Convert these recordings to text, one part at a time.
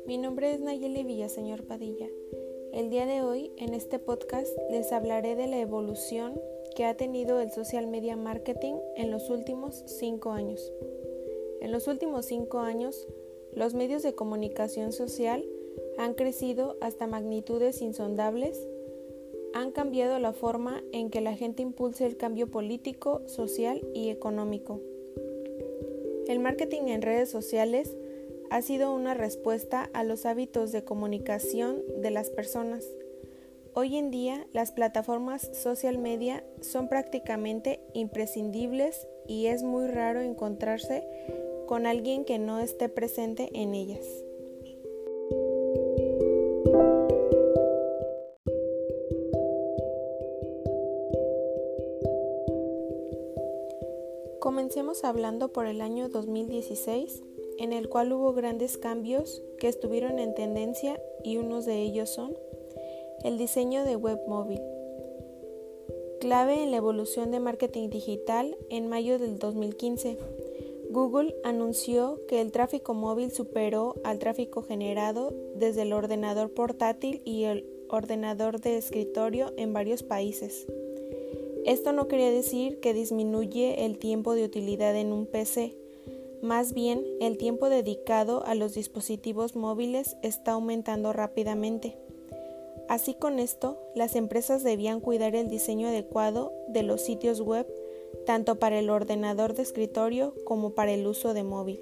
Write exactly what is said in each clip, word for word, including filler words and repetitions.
Mi nombre es Nayeli Villaseñor Padilla. El día de hoy, en este podcast, les hablaré de la evolución que ha tenido el social media marketing en los últimos cinco años. En los últimos cinco años, los medios de comunicación social han crecido hasta magnitudes insondables, han cambiado la forma en que la gente impulsa el cambio político, social y económico. El marketing en redes sociales ha sido una respuesta a los hábitos de comunicación de las personas. Hoy en día, las plataformas social media son prácticamente imprescindibles y es muy raro encontrarse con alguien que no esté presente en ellas. Comencemos hablando por el año dos mil dieciséis, en el cual hubo grandes cambios que estuvieron en tendencia y unos de ellos son el diseño de web móvil. Clave en la evolución de marketing digital, en mayo del dos mil quince, Google anunció que el tráfico móvil superó al tráfico generado desde el ordenador portátil y el ordenador de escritorio en varios países. Esto no quiere decir que disminuye el tiempo de utilidad en un P C, más bien el tiempo dedicado a los dispositivos móviles está aumentando rápidamente. Así con esto, las empresas debían cuidar el diseño adecuado de los sitios web, tanto para el ordenador de escritorio como para el uso de móvil.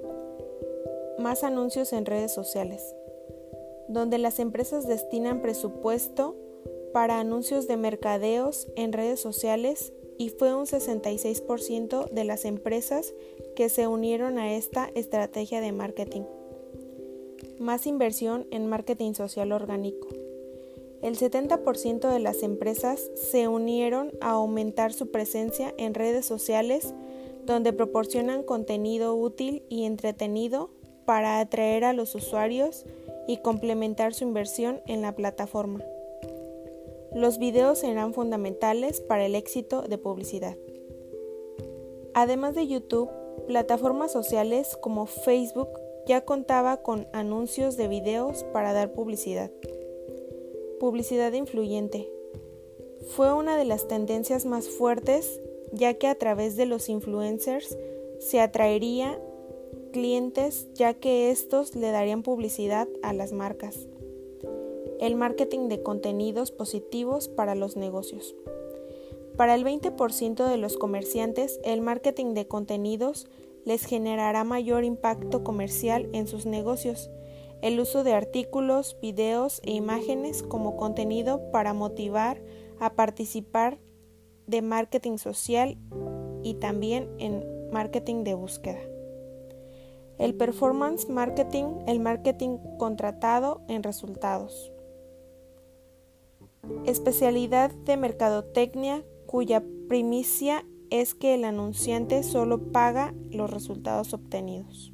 Más anuncios en redes sociales, donde las empresas destinan presupuesto para anuncios de mercadeos en redes sociales y fue un sesenta y seis por ciento de las empresas que se unieron a esta estrategia de marketing. Más inversión en marketing social orgánico. El setenta por ciento de las empresas se unieron a aumentar su presencia en redes sociales donde proporcionan contenido útil y entretenido para atraer a los usuarios y complementar su inversión en la plataforma. Los videos serán fundamentales para el éxito de publicidad. Además de YouTube, plataformas sociales como Facebook ya contaba con anuncios de videos para dar publicidad. Publicidad influyente. Fue una de las tendencias más fuertes, ya que a través de los influencers se atraería clientes, ya que estos le darían publicidad a las marcas. El marketing de contenidos positivos para los negocios. Para el veinte por ciento de los comerciantes, el marketing de contenidos les generará mayor impacto comercial en sus negocios. El uso de artículos, videos e imágenes como contenido para motivar a participar de marketing social y también en marketing de búsqueda. El performance marketing, el marketing contratado en resultados. Especialidad de mercadotecnia cuya primicia es que el anunciante solo paga los resultados obtenidos.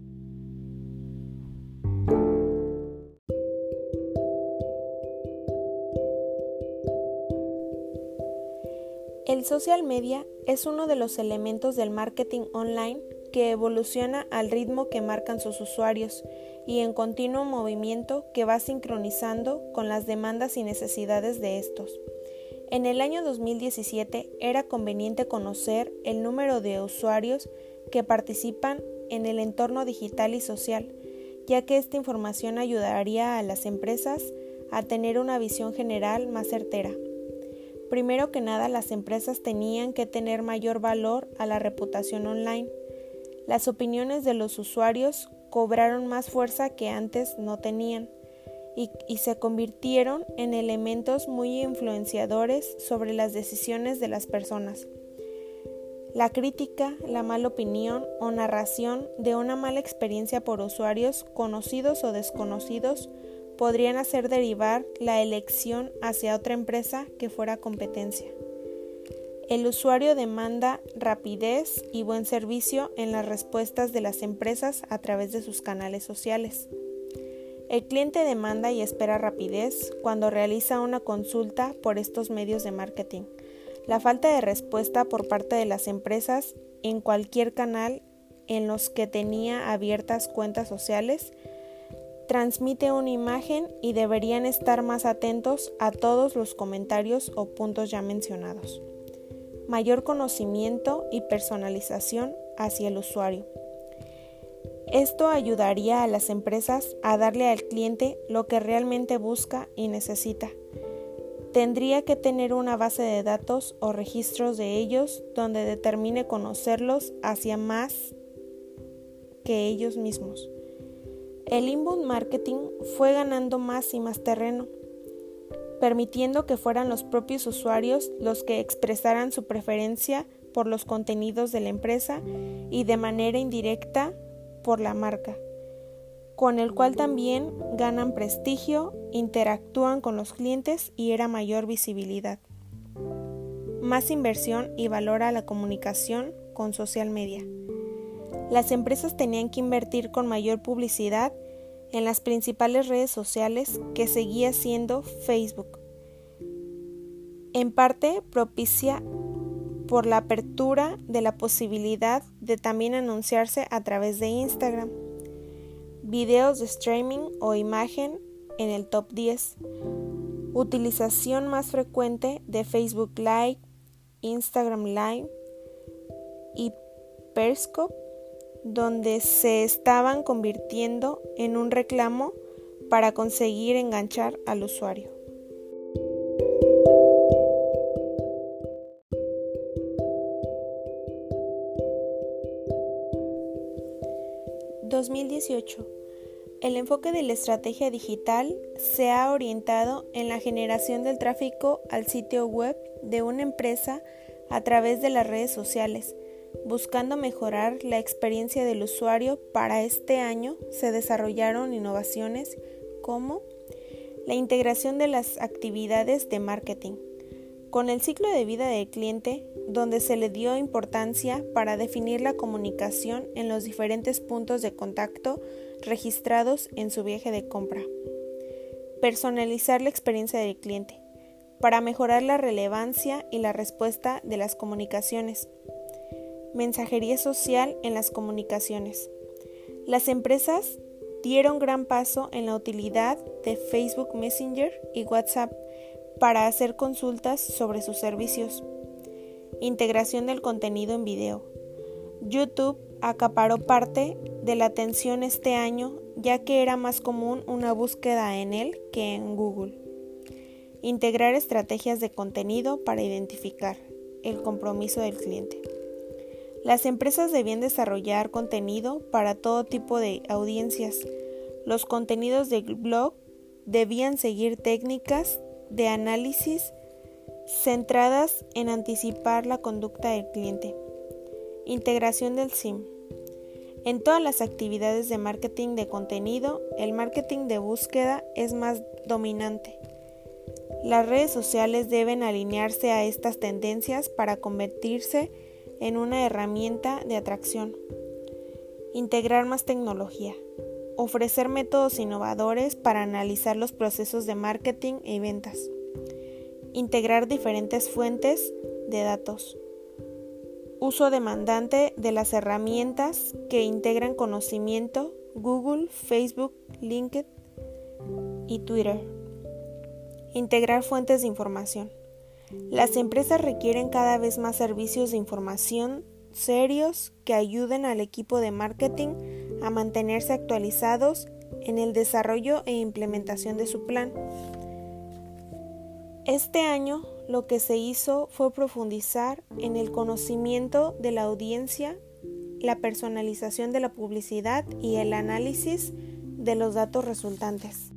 El social media es uno de los elementos del marketing online que evoluciona al ritmo que marcan sus usuarios y en continuo movimiento que va sincronizando con las demandas y necesidades de estos. En el año dos mil diecisiete era conveniente conocer el número de usuarios que participan en el entorno digital y social, ya que esta información ayudaría a las empresas a tener una visión general más certera. Primero que nada, las empresas tenían que tener mayor valor a la reputación online. Las opiniones de los usuarios cobraron más fuerza que antes no tenían y, y se convirtieron en elementos muy influenciadores sobre las decisiones de las personas. La crítica, la mala opinión o narración de una mala experiencia por usuarios conocidos o desconocidos podrían hacer derivar la elección hacia otra empresa que fuera competencia. El usuario demanda rapidez y buen servicio en las respuestas de las empresas a través de sus canales sociales. El cliente demanda y espera rapidez cuando realiza una consulta por estos medios de marketing. La falta de respuesta por parte de las empresas en cualquier canal en los que tenía abiertas cuentas sociales transmite una imagen y deberían estar más atentos a todos los comentarios o puntos ya mencionados. Mayor conocimiento y personalización hacia el usuario. Esto ayudaría a las empresas a darle al cliente lo que realmente busca y necesita. Tendría que tener una base de datos o registros de ellos donde determine conocerlos hacia más que ellos mismos. El inbound marketing fue ganando más y más terreno, permitiendo que fueran los propios usuarios los que expresaran su preferencia por los contenidos de la empresa y de manera indirecta por la marca, con el cual también ganan prestigio, interactúan con los clientes y era mayor visibilidad. Más inversión y valor a la comunicación con social media. Las empresas tenían que invertir con mayor publicidad en las principales redes sociales que seguía siendo Facebook, en parte propicia por la apertura de la posibilidad de también anunciarse a través de Instagram, videos de streaming o imagen en el top diez, utilización más frecuente de Facebook Live, Instagram Live y Periscope, donde se estaban convirtiendo en un reclamo para conseguir enganchar al usuario. dos mil dieciocho. El enfoque de la estrategia digital se ha orientado en la generación del tráfico al sitio web de una empresa a través de las redes sociales, buscando mejorar la experiencia del usuario. Para este año se desarrollaron innovaciones como la integración de las actividades de marketing con el ciclo de vida del cliente, donde se le dio importancia para definir la comunicación en los diferentes puntos de contacto registrados en su viaje de compra. Personalizar la experiencia del cliente para mejorar la relevancia y la respuesta de las comunicaciones. Mensajería social en las comunicaciones. Las empresas dieron gran paso en la utilidad de Facebook Messenger y WhatsApp para hacer consultas sobre sus servicios. Integración del contenido en video. YouTube acaparó parte de la atención este año, ya que era más común una búsqueda en él que en Google. Integrar estrategias de contenido para identificar el compromiso del cliente. Las empresas debían desarrollar contenido para todo tipo de audiencias. Los contenidos del blog debían seguir técnicas de análisis centradas en anticipar la conducta del cliente. Integración del S I M. En todas las actividades de marketing de contenido, el marketing de búsqueda es más dominante. Las redes sociales deben alinearse a estas tendencias para convertirse en una herramienta de atracción. Integrar más tecnología. Ofrecer métodos innovadores para analizar los procesos de marketing y ventas. Integrar diferentes fuentes de datos. Uso demandante de las herramientas que integran conocimiento, Google, Facebook, LinkedIn y Twitter. Integrar fuentes de información. Las empresas requieren cada vez más servicios de información serios que ayuden al equipo de marketing a mantenerse actualizados en el desarrollo e implementación de su plan. Este año lo que se hizo fue profundizar en el conocimiento de la audiencia, la personalización de la publicidad y el análisis de los datos resultantes.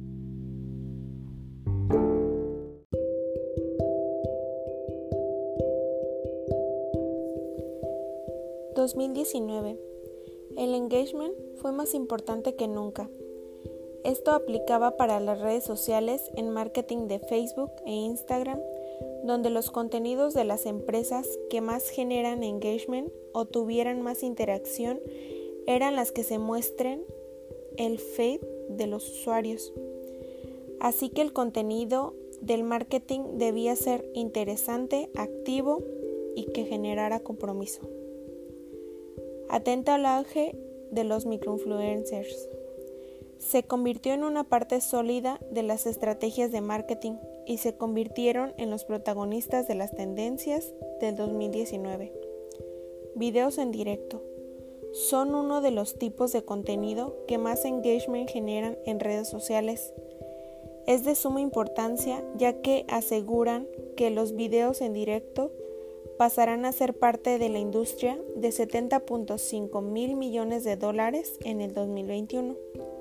dos mil diecinueve. El engagement fue más importante que nunca. Esto aplicaba para las redes sociales en marketing de Facebook e Instagram, donde los contenidos de las empresas que más generan engagement o tuvieran más interacción eran las que se muestren el feed de los usuarios. Así que el contenido del marketing debía ser interesante, activo y que generara compromiso. Atenta al auge de los microinfluencers. se convirtió en una parte sólida de las estrategias de marketing y se convirtieron en los protagonistas de las tendencias del dos mil diecinueve. Videos en directo son uno de los tipos de contenido que más engagement generan en redes sociales. Es de suma importancia ya que aseguran que los videos en directo pasarán a ser parte de la industria de setenta punto cinco mil millones de dólares en el dos mil veintiuno.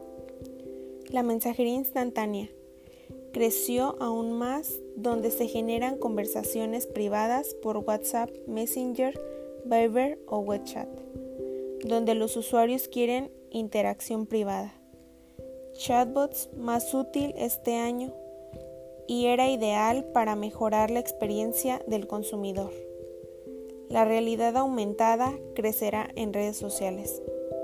La mensajería instantánea creció aún más, donde se generan conversaciones privadas por WhatsApp, Messenger, Viber o WeChat, donde los usuarios quieren interacción privada. Chatbots más útil este año y era ideal para mejorar la experiencia del consumidor. La realidad aumentada crecerá en redes sociales.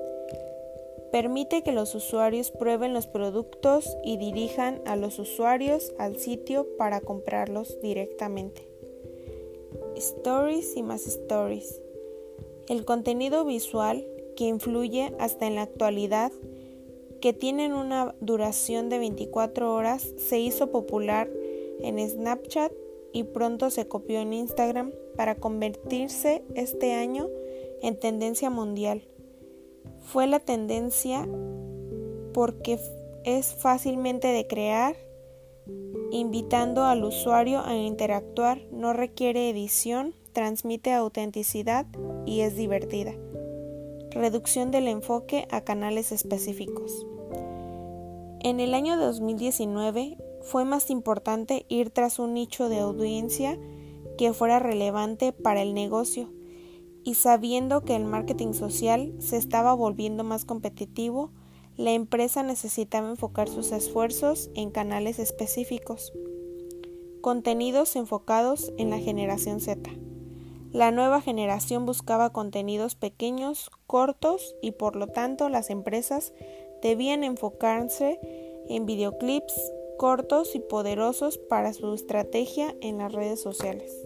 Permite que los usuarios prueben los productos y dirijan a los usuarios al sitio para comprarlos directamente. Stories y más stories. El contenido visual que influye hasta en la actualidad, que tienen una duración de veinticuatro horas, se hizo popular en Snapchat y pronto se copió en Instagram para convertirse este año en tendencia mundial. Fue la tendencia porque es fácilmente de crear, invitando al usuario a interactuar, no requiere edición, transmite autenticidad y es divertida. Reducción del enfoque a canales específicos. En el año dos mil diecinueve fue más importante ir tras un nicho de audiencia que fuera relevante para el negocio, y sabiendo que el marketing social se estaba volviendo más competitivo, la empresa necesitaba enfocar sus esfuerzos en canales específicos. Contenidos enfocados en la generación Z. La nueva generación buscaba contenidos pequeños, cortos, y por lo tanto las empresas debían enfocarse en videoclips cortos y poderosos para su estrategia en las redes sociales.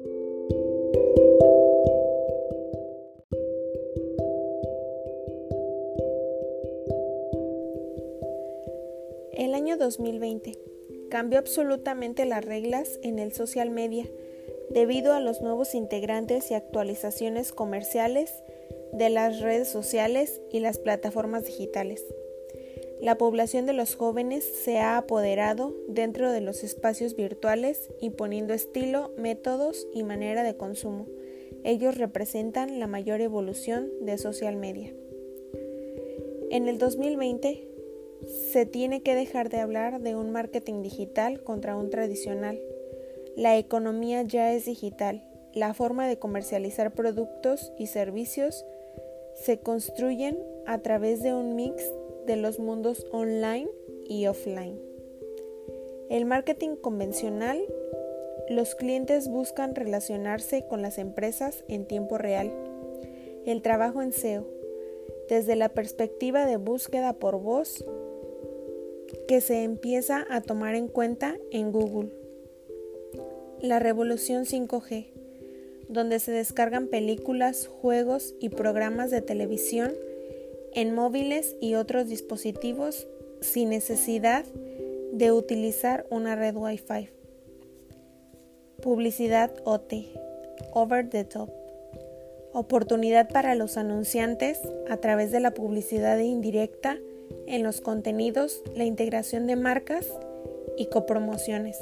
El año dos mil veinte cambió absolutamente las reglas en el social media debido a los nuevos integrantes y actualizaciones comerciales de las redes sociales y las plataformas digitales. La población de los jóvenes se ha apoderado dentro de los espacios virtuales, imponiendo estilo, métodos y manera de consumo. Ellos representan la mayor evolución de social media. En el dos mil veinte se tiene que dejar de hablar de un marketing digital contra un tradicional. La economía ya es digital. La forma de comercializar productos y servicios se construyen a través de un mix de los mundos online y offline. El marketing convencional, los clientes buscan relacionarse con las empresas en tiempo real. El trabajo en S E O, desde la perspectiva de búsqueda por voz, que se empieza a tomar en cuenta en Google. La revolución cinco G, donde se descargan películas, juegos y programas de televisión en móviles y otros dispositivos sin necesidad de utilizar una red Wi-Fi. Publicidad O T, over the top. Oportunidad para los anunciantes a través de la publicidad indirecta en los contenidos, la integración de marcas y copromociones.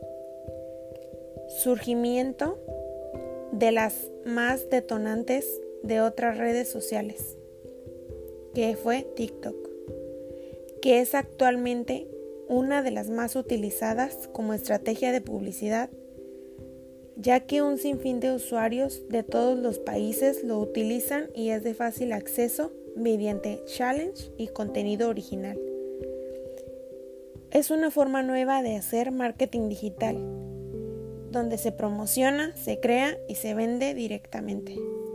Surgimiento de las más detonantes de otras redes sociales, que fue TikTok, que es actualmente una de las más utilizadas como estrategia de publicidad, ya que un sinfín de usuarios de todos los países lo utilizan y es de fácil acceso mediante challenge y contenido original. Es una forma nueva de hacer marketing digital, donde se promociona, se crea y se vende directamente.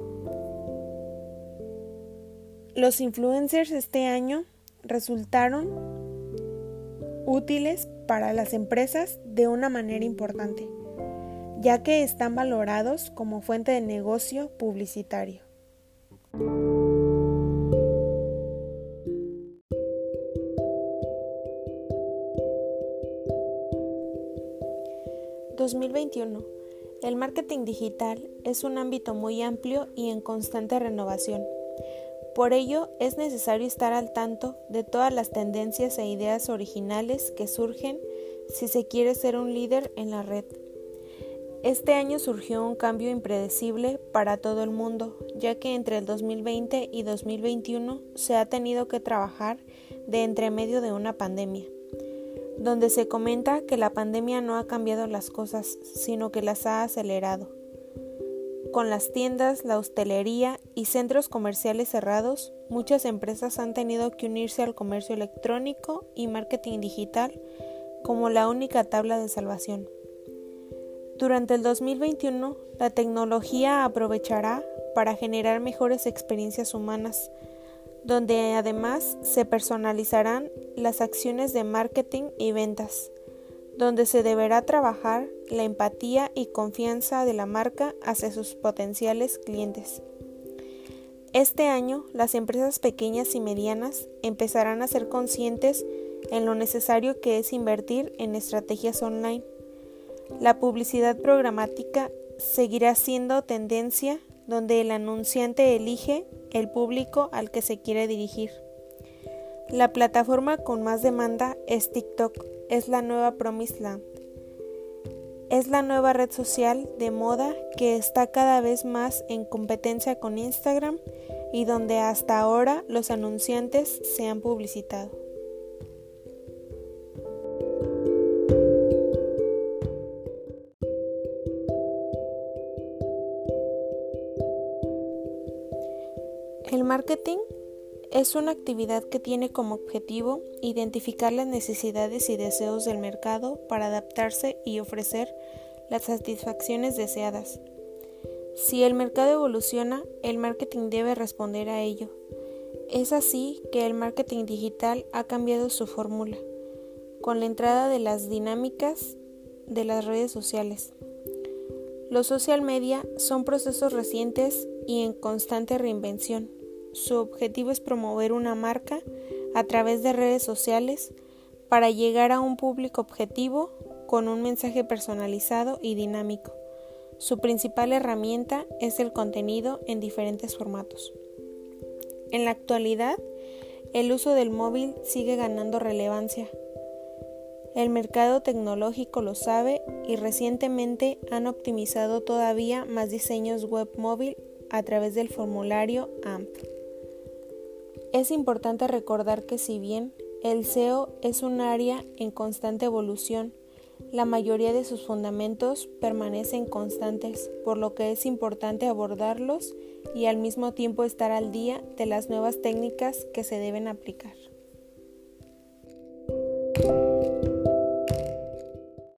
Los influencers este año resultaron útiles para las empresas de una manera importante, ya que están valorados como fuente de negocio publicitario. dos mil veintiuno, el marketing digital es un ámbito muy amplio y en constante renovación. Por ello, es necesario estar al tanto de todas las tendencias e ideas originales que surgen si se quiere ser un líder en la red. Este año surgió un cambio impredecible para todo el mundo, ya que entre el dos mil veinte y dos mil veintiuno se ha tenido que trabajar de entremedio de una pandemia, donde se comenta que la pandemia no ha cambiado las cosas, sino que las ha acelerado. Con las tiendas, la hostelería y centros comerciales cerrados, muchas empresas han tenido que unirse al comercio electrónico y marketing digital como la única tabla de salvación. Durante el dos mil veintiuno, la tecnología aprovechará para generar mejores experiencias humanas, donde además se personalizarán las acciones de marketing y ventas, donde se deberá trabajar la empatía y confianza de la marca hacia sus potenciales clientes. Este año, las empresas pequeñas y medianas empezarán a ser conscientes en lo necesario que es invertir en estrategias online. La publicidad programática seguirá siendo tendencia, donde el anunciante elige el público al que se quiere dirigir. La plataforma con más demanda es TikTok, es la nueva Promised Land. Es la nueva red social de moda que está cada vez más en competencia con Instagram y donde hasta ahora los anunciantes se han publicitado. El marketing es una actividad que tiene como objetivo identificar las necesidades y deseos del mercado para adaptarse y ofrecer las satisfacciones deseadas. Si el mercado evoluciona, el marketing debe responder a ello. Es así que el marketing digital ha cambiado su fórmula, con la entrada de las dinámicas de las redes sociales. Los social media son procesos recientes y en constante reinvención. Su objetivo es promover una marca a través de redes sociales para llegar a un público objetivo con un mensaje personalizado y dinámico. Su principal herramienta es el contenido en diferentes formatos. En la actualidad, el uso del móvil sigue ganando relevancia. El mercado tecnológico lo sabe y recientemente han optimizado todavía más diseños web móvil a través del formulario A M P. Es importante recordar que si bien el S E O es un área en constante evolución, la mayoría de sus fundamentos permanecen constantes, por lo que es importante abordarlos y al mismo tiempo estar al día de las nuevas técnicas que se deben aplicar.